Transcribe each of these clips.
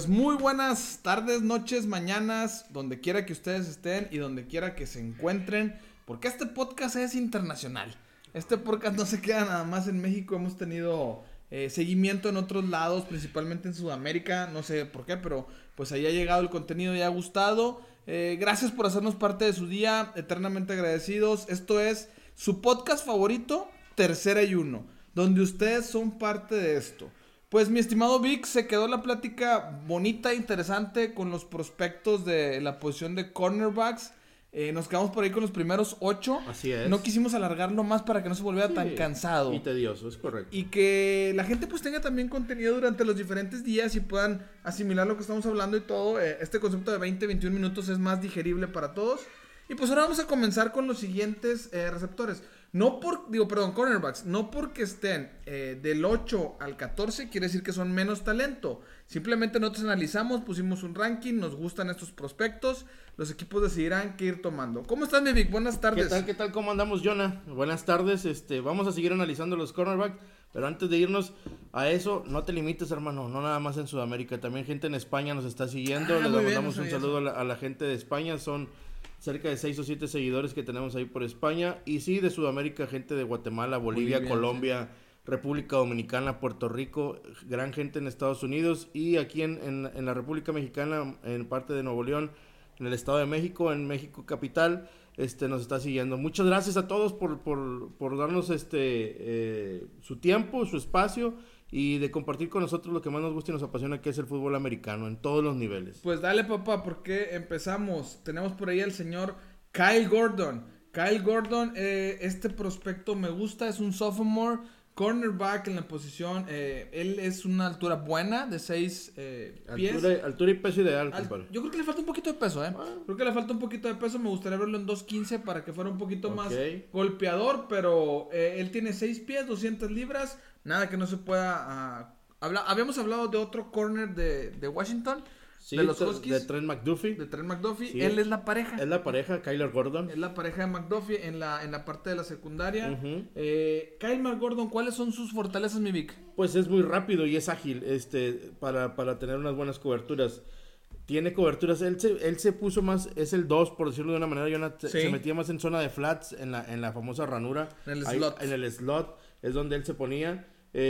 Pues muy buenas tardes, noches, mañanas, donde quiera que ustedes estén y donde quiera que se encuentren, porque este podcast es internacional. Este podcast no se queda nada más en México, hemos tenido seguimiento en otros lados, principalmente en Sudamérica, no sé por qué, pero pues ahí ha llegado el contenido y ha gustado. Gracias por hacernos parte de su día, eternamente agradecidos. Esto es su podcast favorito, Tercera y Uno, donde ustedes son parte de esto. Pues mi estimado Vic, se quedó la plática bonita, interesante con los prospectos de la posición de cornerbacks. Nos quedamos por ahí con los primeros 8. Así es. No quisimos alargarlo más para que no se volviera tan cansado. Y tedioso, es correcto. Y que la gente pues tenga también contenido durante los diferentes días y puedan asimilar lo que estamos hablando y todo. Este concepto de 20-21 minutos es más digerible para todos. Y pues ahora vamos a comenzar con los siguientes receptores. Cornerbacks. No porque estén del 8 al 14 quiere decir que son menos talento. Simplemente nosotros analizamos, pusimos un ranking, nos gustan estos prospectos. Los equipos decidirán qué ir tomando. ¿Cómo estás, mi Vic? Buenas tardes. ¿Qué tal? ¿Cómo andamos, Jonah? Buenas tardes. Vamos a seguir analizando los cornerbacks. Pero antes de irnos a eso, no te limites, hermano. No nada más en Sudamérica. También gente en España nos está siguiendo. Les mandamos un saludo a la gente de España. Son cerca de 6 o 7 seguidores que tenemos ahí por España. Y sí, de Sudamérica, gente de Guatemala, Bolivia, Colombia, República Dominicana, Puerto Rico, gran gente en Estados Unidos. Y aquí en la República Mexicana, en parte de Nuevo León, en el Estado de México, en México Capital, nos está siguiendo. Muchas gracias a todos por darnos su tiempo, su espacio y de compartir con nosotros lo que más nos gusta y nos apasiona, que es el fútbol americano en todos los niveles. Pues dale, papá, porque empezamos. Tenemos por ahí al señor Kyle Gordon. Kyle Gordon, este prospecto me gusta, es un sophomore, cornerback en la posición. Él es una altura buena, de 6 pies. Altura y peso ideal, compadre. Yo creo que le falta un poquito de peso, Creo que le falta un poquito de peso. Me gustaría verlo en 2.15 para que fuera un poquito más golpeador. Pero él tiene 6 pies, 200 libras. Nada que no se pueda hablar. Habíamos hablado de otro corner de Washington. Sí, de los Huskies. De Trent McDuffie. Sí. Él es la pareja. Es la pareja, Kyler Gordon. Es la pareja de McDuffie en la parte de la secundaria. Kyle Gordon, ¿cuáles son sus fortalezas, mi Vic? Pues es muy rápido y es ágil, para tener unas buenas coberturas. Tiene coberturas, él se puso más, es el 2, por decirlo de una manera, se metía más en zona de flats, en la famosa ranura. En el slot. En el slot es donde él se ponía.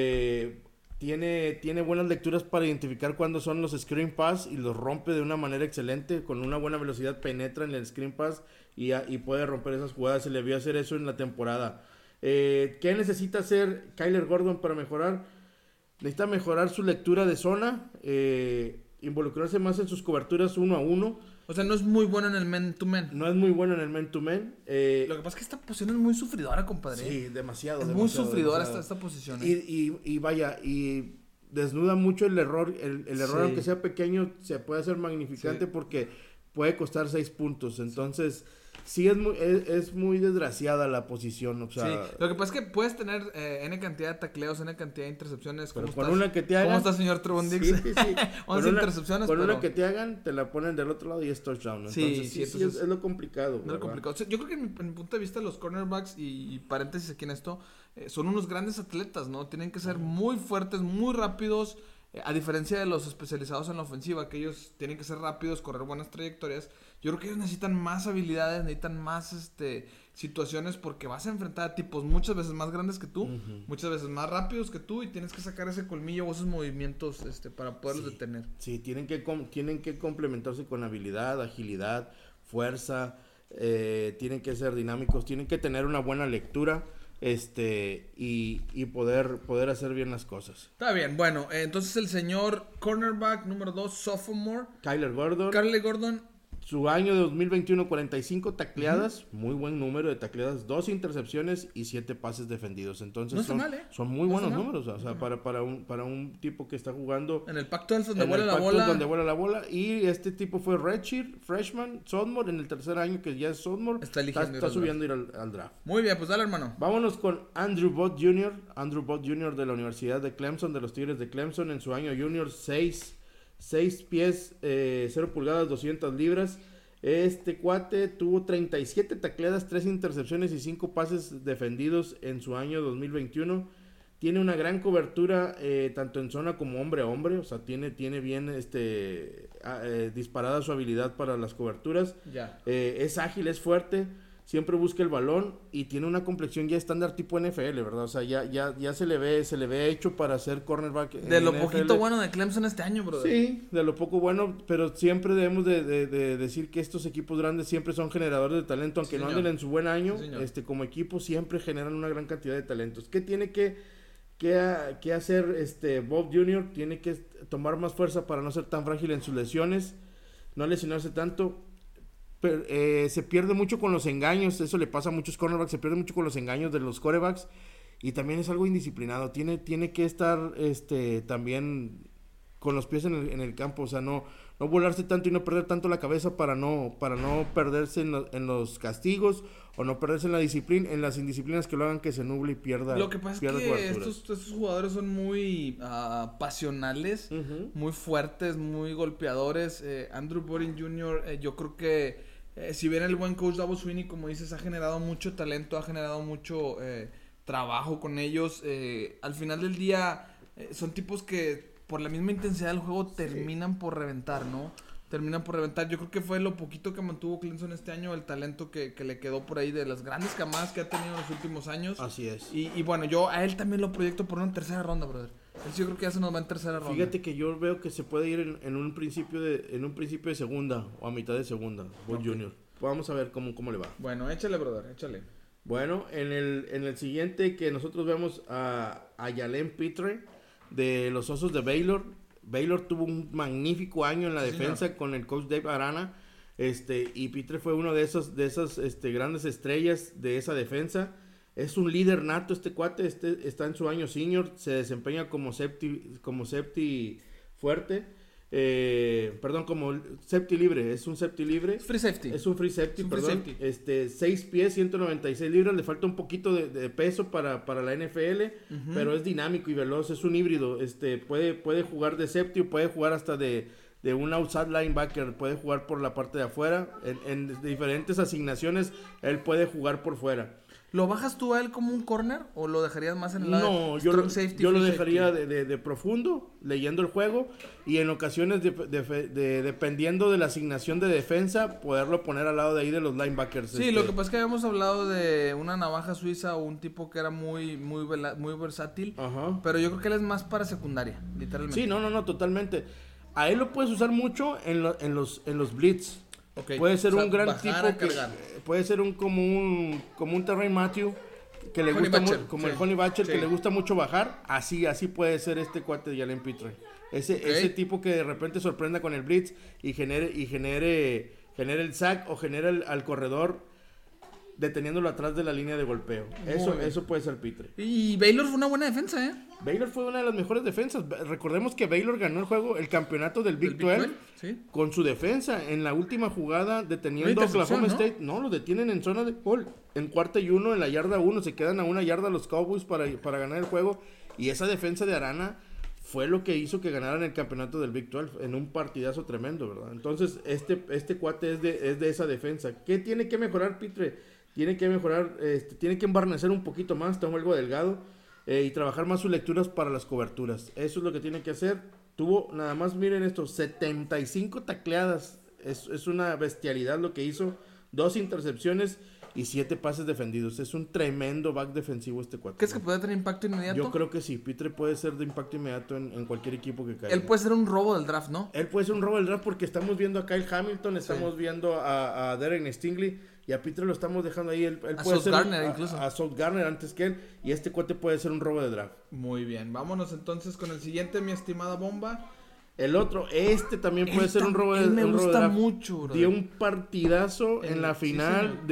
Tiene buenas lecturas para identificar cuándo son los screen pass y los rompe de una manera excelente. Con una buena velocidad penetra en el screen pass y puede romper esas jugadas. Se le vio hacer eso en la temporada. ¿Qué necesita hacer Kyler Gordon para mejorar? Necesita mejorar su lectura de zona, involucrarse más en sus coberturas 1 a 1. O sea, no es muy bueno en el man-to-man. No es muy bueno en el man-to-man. Lo que pasa es que esta posición es muy sufridora, compadre. Sí, demasiado. Muy sufridora esta posición. Y vaya, y desnuda mucho el error. El error, aunque sea pequeño, se puede hacer magnificante porque puede costar 6 puntos. Entonces, sí es muy desgraciada la posición. O sea, sí, lo que pasa es que puedes tener N cantidad de tacleos, N cantidad de intercepciones. Pero con una que te hagan... ¿Cómo está, señor Trevon Dix? Sí. 11 intercepciones. Con una que te hagan, te la ponen del otro lado y es touchdown. Entonces, entonces es lo complicado. Es lo complicado. O sea, yo creo que en mi punto de vista los cornerbacks, y paréntesis aquí en esto, son unos grandes atletas, ¿no? Tienen que ser muy fuertes, muy rápidos. A diferencia de los especializados en la ofensiva, que ellos tienen que ser rápidos, correr buenas trayectorias. Yo creo que ellos necesitan más habilidades, necesitan más situaciones, porque vas a enfrentar a tipos muchas veces más grandes que tú, muchas veces más rápidos que tú, y tienes que sacar ese colmillo o esos movimientos para poderlos detener. Sí, tienen que complementarse con habilidad, agilidad, fuerza, tienen que ser dinámicos, tienen que tener una buena lectura. Y poder hacer bien las cosas. Está bien, bueno, entonces el señor cornerback número 2, sophomore, Kyler Gordon. Su año de 2021, 45 tacleadas, muy buen número de tacleadas, 2 intercepciones y 7 pases defendidos. Entonces no está mal, son muy buenos números, o sea, para un tipo que está jugando en el Pac-12 donde vuela la bola. Y este tipo fue redshirt, freshman, sophomore, en el tercer año que ya es sophomore, está subiendo a ir al draft. Muy bien, pues dale, hermano. Vámonos con Andrew Bott Jr. De la Universidad de Clemson, de los Tigres de Clemson, en su año junior, 6 pies, 0 pulgadas, 200 libras. Este cuate tuvo 37 tacleadas, 3 intercepciones y 5 pases defendidos en su año 2021. tiene una gran cobertura tanto en zona como hombre a hombre, o sea, tiene bien disparada su habilidad para las coberturas. Es ágil, es fuerte, siempre busca el balón y tiene una complexión ya estándar tipo NFL, ¿verdad? O sea, ya se le ve hecho para ser cornerback en de lo NFL. Poquito bueno de Clemson este año, brother. Sí, de lo poco bueno, pero siempre debemos de decir que estos equipos grandes siempre son generadores de talento, aunque no anden en su buen año, como equipo siempre generan una gran cantidad de talentos. ¿Qué tiene que hacer Bob Jr.? Tiene que tomar más fuerza para no ser tan frágil en sus lesiones, no lesionarse tanto. Pero, se pierde mucho con los engaños, eso le pasa a muchos cornerbacks, se pierde mucho con los engaños de los quarterbacks y también es algo indisciplinado, tiene que estar también con los pies en el campo, o sea, no volarse tanto y no perder tanto la cabeza para no perderse en los castigos o no perderse en las indisciplinas que lo hagan que se nuble y pierda. Lo que pasa es que estos jugadores son muy pasionales, muy fuertes, muy golpeadores. Andrew Boring Jr., yo creo que si bien el buen coach Dabo Swinney, como dices, ha generado mucho talento, ha generado mucho trabajo con ellos, al final del día son tipos que por la misma intensidad del juego terminan por reventar, ¿no? Yo creo que fue lo poquito que mantuvo Clemson este año, el talento que le quedó por ahí de las grandes camadas que ha tenido en los últimos años. Así es. Y bueno, yo a él también lo proyecto por una tercera ronda, brother. Él sí, yo creo que ya se nos va en tercera ronda. Fíjate que yo veo que se puede ir en un principio de segunda o a mitad de segunda, Bob Jr. Vamos a ver cómo le va. Bueno, échale, brother, échale. Bueno, en el siguiente que nosotros vemos a Jalen Pitre de los Osos de Baylor. Baylor tuvo un magnífico año en la defensa con el coach Dave Arana, y Pitre fue uno de esas grandes estrellas de esa defensa. Es un líder nato este cuate, está en su año senior, se desempeña como safety fuerte. Como safety libre, es un safety libre. Es free safety. Es un free safety, perdón. 6 pies, 196 libras, le falta un poquito de peso para la NFL, pero es dinámico y veloz, es un híbrido, puede jugar de safety, puede jugar hasta de un outside linebacker, puede jugar por la parte de afuera, en diferentes asignaciones, él puede jugar por fuera. ¿Lo bajas tú a él como un corner o lo dejarías más en el lado de strong safety? Yo lo dejaría de profundo, leyendo el juego, y en ocasiones dependiendo de la asignación de defensa, poderlo poner al lado de ahí de los linebackers. Sí, lo que pasa es que habíamos hablado de una navaja suiza o un tipo que era muy versátil, pero yo creo que él es más para secundaria, literalmente. Sí, no, totalmente. A él lo puedes usar mucho en los blitz. Okay. Puede ser un gran tipo puede ser como un Terrain Matthew que le gusta mucho, como el Honey Badger, que le gusta mucho bajar. Así puede ser este cuate de Jalen Pitre. Ese tipo que de repente sorprenda con el blitz y genere el sack o genere al corredor deteniéndolo atrás de la línea de golpeo. Eso puede ser Pitre. Y Baylor fue una buena defensa, ¿eh? Baylor fue una de las mejores defensas. Recordemos que Baylor ganó el campeonato del Big 12 con su defensa. En la última jugada deteniendo a Oklahoma State. No, lo detienen en zona de gol. En 4ª y 1, en la yarda 1. Se quedan a 1 yarda los Cowboys para ganar el juego. Y esa defensa de Arana fue lo que hizo que ganaran el campeonato del Big 12 en un partidazo tremendo, ¿verdad? Entonces, este cuate es de esa defensa. ¿Qué tiene que mejorar Pitre? Tiene que mejorar, tiene que embarnecer un poquito más, está algo delgado, y trabajar más sus lecturas para las coberturas. Eso es lo que tiene que hacer. Tuvo, nada más miren esto, 75 tacleadas. Es una bestialidad lo que hizo. 2 intercepciones y 7 pases defendidos. Es un tremendo back defensivo este cuate. ¿Crees que puede tener impacto inmediato? Yo creo que sí. Pitre puede ser de impacto inmediato en cualquier equipo que caiga. Él puede ser un robo del draft, ¿no? Él puede ser un robo del draft porque estamos viendo a Kyle Hamilton, estamos viendo a Derek Stingley, y a Pitre lo estamos dejando ahí. Él puede ser a South Garner antes que él, y este cuate puede ser un robo de draft. Muy bien, vámonos entonces con el siguiente, mi estimada Bomba. El otro, también puede ser un robo de draft. Me gusta mucho, bro. Dio un partidazo en la final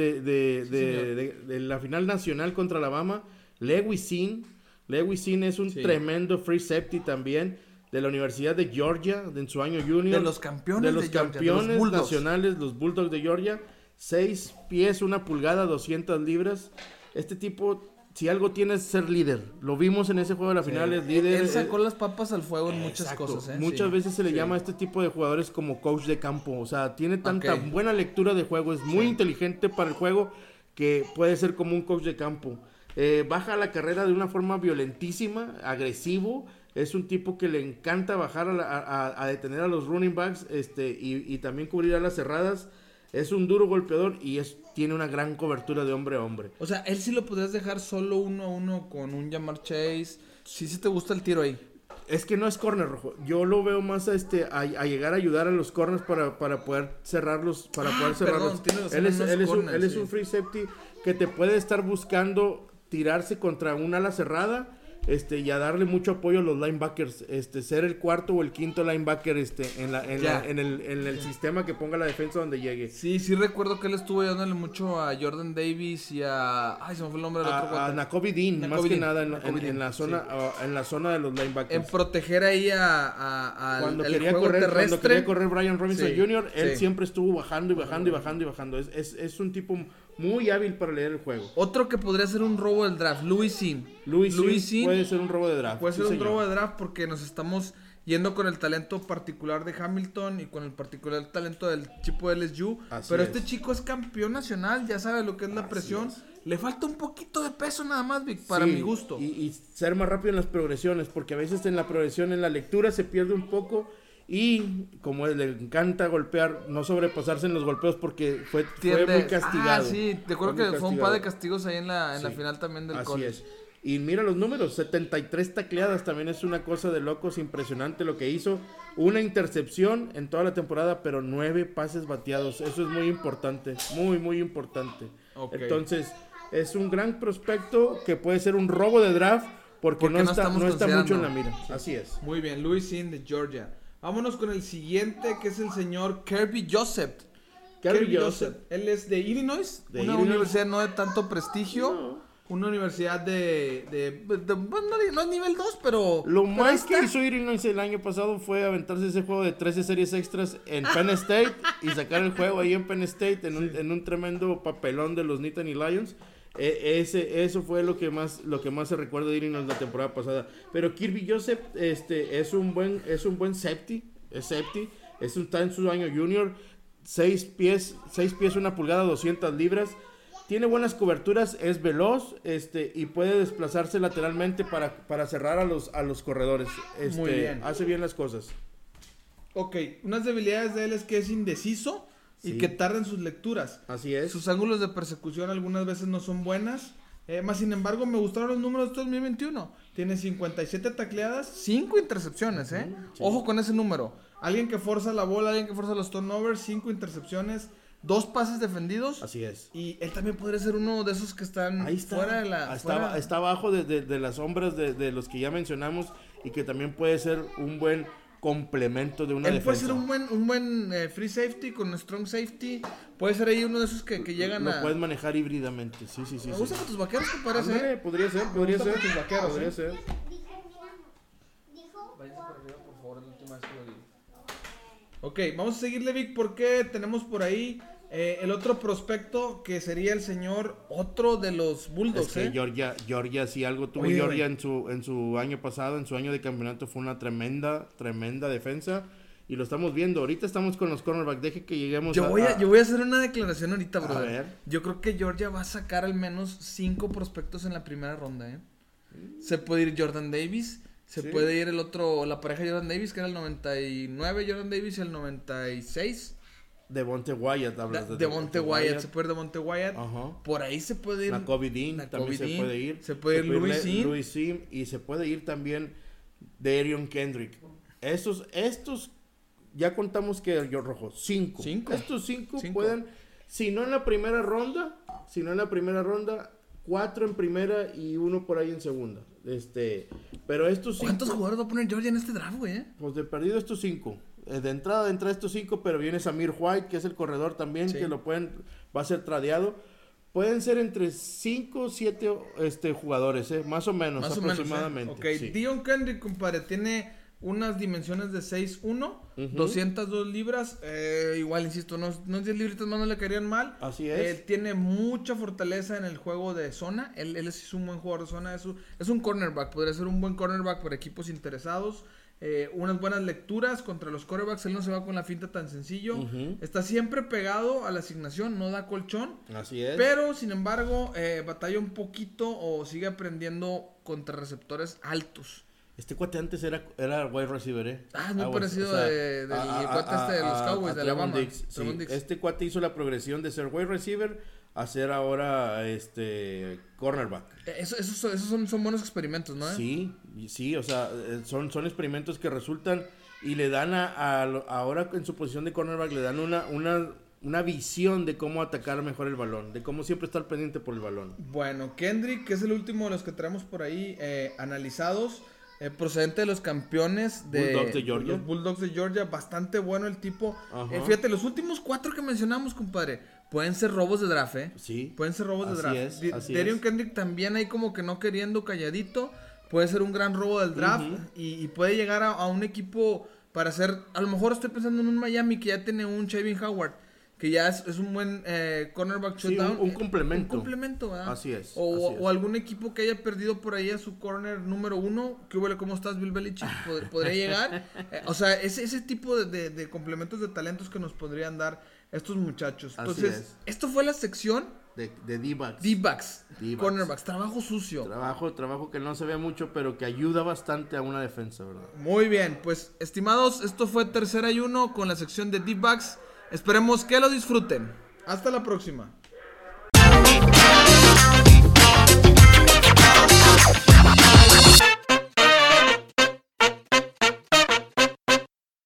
de la final nacional contra Alabama. Lewis Sinn es un tremendo free safety también, de la Universidad de Georgia, en su año junior. De los campeones nacionales, los Bulldogs de Georgia. 6 pies, 1 pulgada, 200 libras. Este tipo, si algo tiene es ser líder. Lo vimos en ese juego de la final, es líder. Él sacó las papas al fuego en muchas cosas. Muchas veces se le llama a este tipo de jugadores como coach de campo. O sea, tiene tanta buena lectura de juego, es muy inteligente para el juego, que puede ser como un coach de campo. baja la carrera de una forma violentísima, agresivo. Es un tipo que le encanta bajar a detener a los running backs y también cubrir a las cerradas. Es un duro golpeador y tiene una gran cobertura de hombre a hombre. O sea, él sí lo podrías dejar solo 1-1 con un Ja'Marr Chase. Sí te gusta el tiro ahí. Es que no es corner, Rojo. Yo lo veo más a llegar a ayudar a los corners para poder cerrarlos. Perdón, él es un free safety que te puede estar buscando tirarse contra un ala cerrada. Y a darle mucho apoyo a los linebackers, ser el cuarto o el quinto linebacker en el sistema que ponga la defensa donde llegue. Sí recuerdo que él estuvo ayudándole mucho a Jordan Davis y se me fue el nombre del otro. A Nakobe Dean, más que nada en la zona de los linebackers. En proteger ahí cuando quería correr Brian Robinson Jr., él siempre estuvo bajando. Es un tipo muy hábil para leer el juego. Otro que podría ser un robo del draft, Louis Sin puede ser un robo de draft. Puede ser un robo de draft porque nos estamos yendo con el talento particular de Hamilton y con el particular talento del chico de LSU. Este chico es campeón nacional, ya sabe lo que es la presión. Le falta un poquito de peso nada más, Vic, para mi gusto. Y ser más rápido en las progresiones, porque a veces en la progresión, en la lectura se pierde un poco. Y como le encanta golpear, no sobrepasarse en los golpeos porque fue muy castigado. Te acuerdo que fue un par de castigos ahí en la final también del college. Así es. Y mira los números, 73 tacleadas, también es una cosa de locos, impresionante lo que hizo. Una intercepción en toda la temporada, pero 9 pases bateados. Eso es muy importante, muy, muy importante. Okay. Entonces, es un gran prospecto que puede ser un robo de draft porque no está mucho en la mira. Sí. Así es. Muy bien, Louis Sin de Georgia. Vámonos con el siguiente, que es el señor Kirby Joseph. Kirby Joseph. Él es de Illinois, universidad no de tanto prestigio. No. Una universidad no es nivel 2, pero... Lo más que hizo Illinois el año pasado fue aventarse ese juego de 13 series extras en Penn State y sacar el juego ahí en Penn State en un tremendo papelón de los Nittany Lions. Eso fue lo que más se recuerda de Illinois la temporada pasada. Pero Kirby Joseph es un buen safety, está en su año junior, 6 pies 1 pulgada, 200 libras. Tiene buenas coberturas, es veloz, y puede desplazarse lateralmente para cerrar a los corredores. Muy bien. Hace bien las cosas. Ok, unas debilidades de él es que es indeciso y que tarda en sus lecturas. Así es. Sus ángulos de persecución algunas veces no son buenas. Más sin embargo, me gustaron los números de 2021. Tiene 57 tacleadas, 5 intercepciones, Sí. Ojo con ese número. Alguien que forza la bola, alguien que forza los turnovers, 5 intercepciones. 2 pases defendidos. Así es. Y él también podría ser uno de esos que están fuera de la... Está abajo de las sombras de los que ya mencionamos y que también puede ser un buen complemento de una defensa. Puede ser un buen free safety con strong safety. Puede ser ahí uno de esos que llegan Lo puedes manejar híbridamente. Sí. Me gusta con tus vaqueros, que parece. Podría ser. Tus vaqueros, podría ser. Váyanse para arriba, por favor, es la última vez que lo digo. Ok, vamos a seguirle, Vic, porque tenemos por ahí el otro prospecto que sería el señor, otro de los Bulldogs. Es que Georgia, si algo tuvo Georgia en su año pasado, en su año de campeonato, fue una tremenda defensa. Y lo estamos viendo. Ahorita estamos con los cornerbacks. Deje que lleguemos yo voy a hacer una declaración ahorita, brother. A ver. Yo creo que Georgia va a sacar al menos 5 prospectos en la primera ronda, Se puede ir Jordan Davis. Se puede ir el otro, la pareja de Jordan Davis, que era el 99, Jordan Davis y el 96. Devonte Wyatt, hablas de Devonte Wyatt, se puede ir Devonte Wyatt. Ajá. Por ahí se puede ir Nakobe Dean, también se puede ir. Se puede ir Louis Sim, y se puede ir también Darion Kendrick. Estos ya contamos que yo rojo, 5. Estos 5 pueden, si no en la primera ronda, 4 en primera y 1 por ahí en segunda. Pero estos 5. ¿Cuántos jugadores va a poner Georgia en este draft, güey? Pues de perdido estos 5. De entrada estos 5, pero viene Samir White, que es el corredor también, que va a ser tradeado. Pueden ser entre 5 o 7 jugadores, más o menos, aproximadamente. Ok, Darion Kendrick, compadre, tiene unas dimensiones de 6'1", 202 libras, igual insisto, no 10 libritas más no le caerían mal. Así es. Él tiene mucha fortaleza en el juego de zona, él es un buen jugador de zona, es un cornerback, podría ser un buen cornerback para equipos interesados. unas buenas lecturas contra los quarterbacks. Él no se va con la finta tan sencillo. Está siempre pegado a la asignación, no da colchón. Así es. Pero, sin embargo, batalla un poquito o sigue aprendiendo contra receptores altos. Este cuate antes era wide receiver, es muy parecido del cuate de los Cowboys de Alabama. Sí. Este cuate hizo la progresión de ser wide receiver a ser ahora cornerback. Esos son buenos experimentos, ¿no? Sí, o sea, son experimentos que resultan y le dan ahora en su posición de cornerback le dan una visión de cómo atacar mejor el balón, de cómo siempre estar pendiente por el balón. Bueno, Kendrick, que es el último de los que traemos por ahí analizados, procedente de los campeones de los Bulldogs de Georgia, bastante bueno el tipo. Fíjate, los últimos 4 que mencionamos, compadre, pueden ser robos de draft, Sí. Pueden ser robos de draft. Así Derion Kendrick también ahí como que no queriendo, calladito, puede ser un gran robo del draft y puede llegar a un equipo para hacer, a lo mejor estoy pensando en un Miami que ya tiene un Xavier Howard, que ya es un buen cornerback shutdown. Un complemento. Un complemento, ¿verdad? Así es. O algún equipo que haya perdido por ahí a su corner número 1. ¿Qué huele? ¿Cómo estás, Bill Belichick? ¿Podría llegar? O sea, ese tipo de complementos de talentos que nos podrían dar estos muchachos. Entonces, esto fue la sección de D-backs. D-backs. Cornerbacks. Trabajo sucio. Trabajo que no se ve mucho, pero que ayuda bastante a una defensa, ¿verdad? Muy bien. Pues, estimados, esto fue Tercera y Uno con la sección de D-backs. Esperemos que lo disfruten. Hasta la próxima.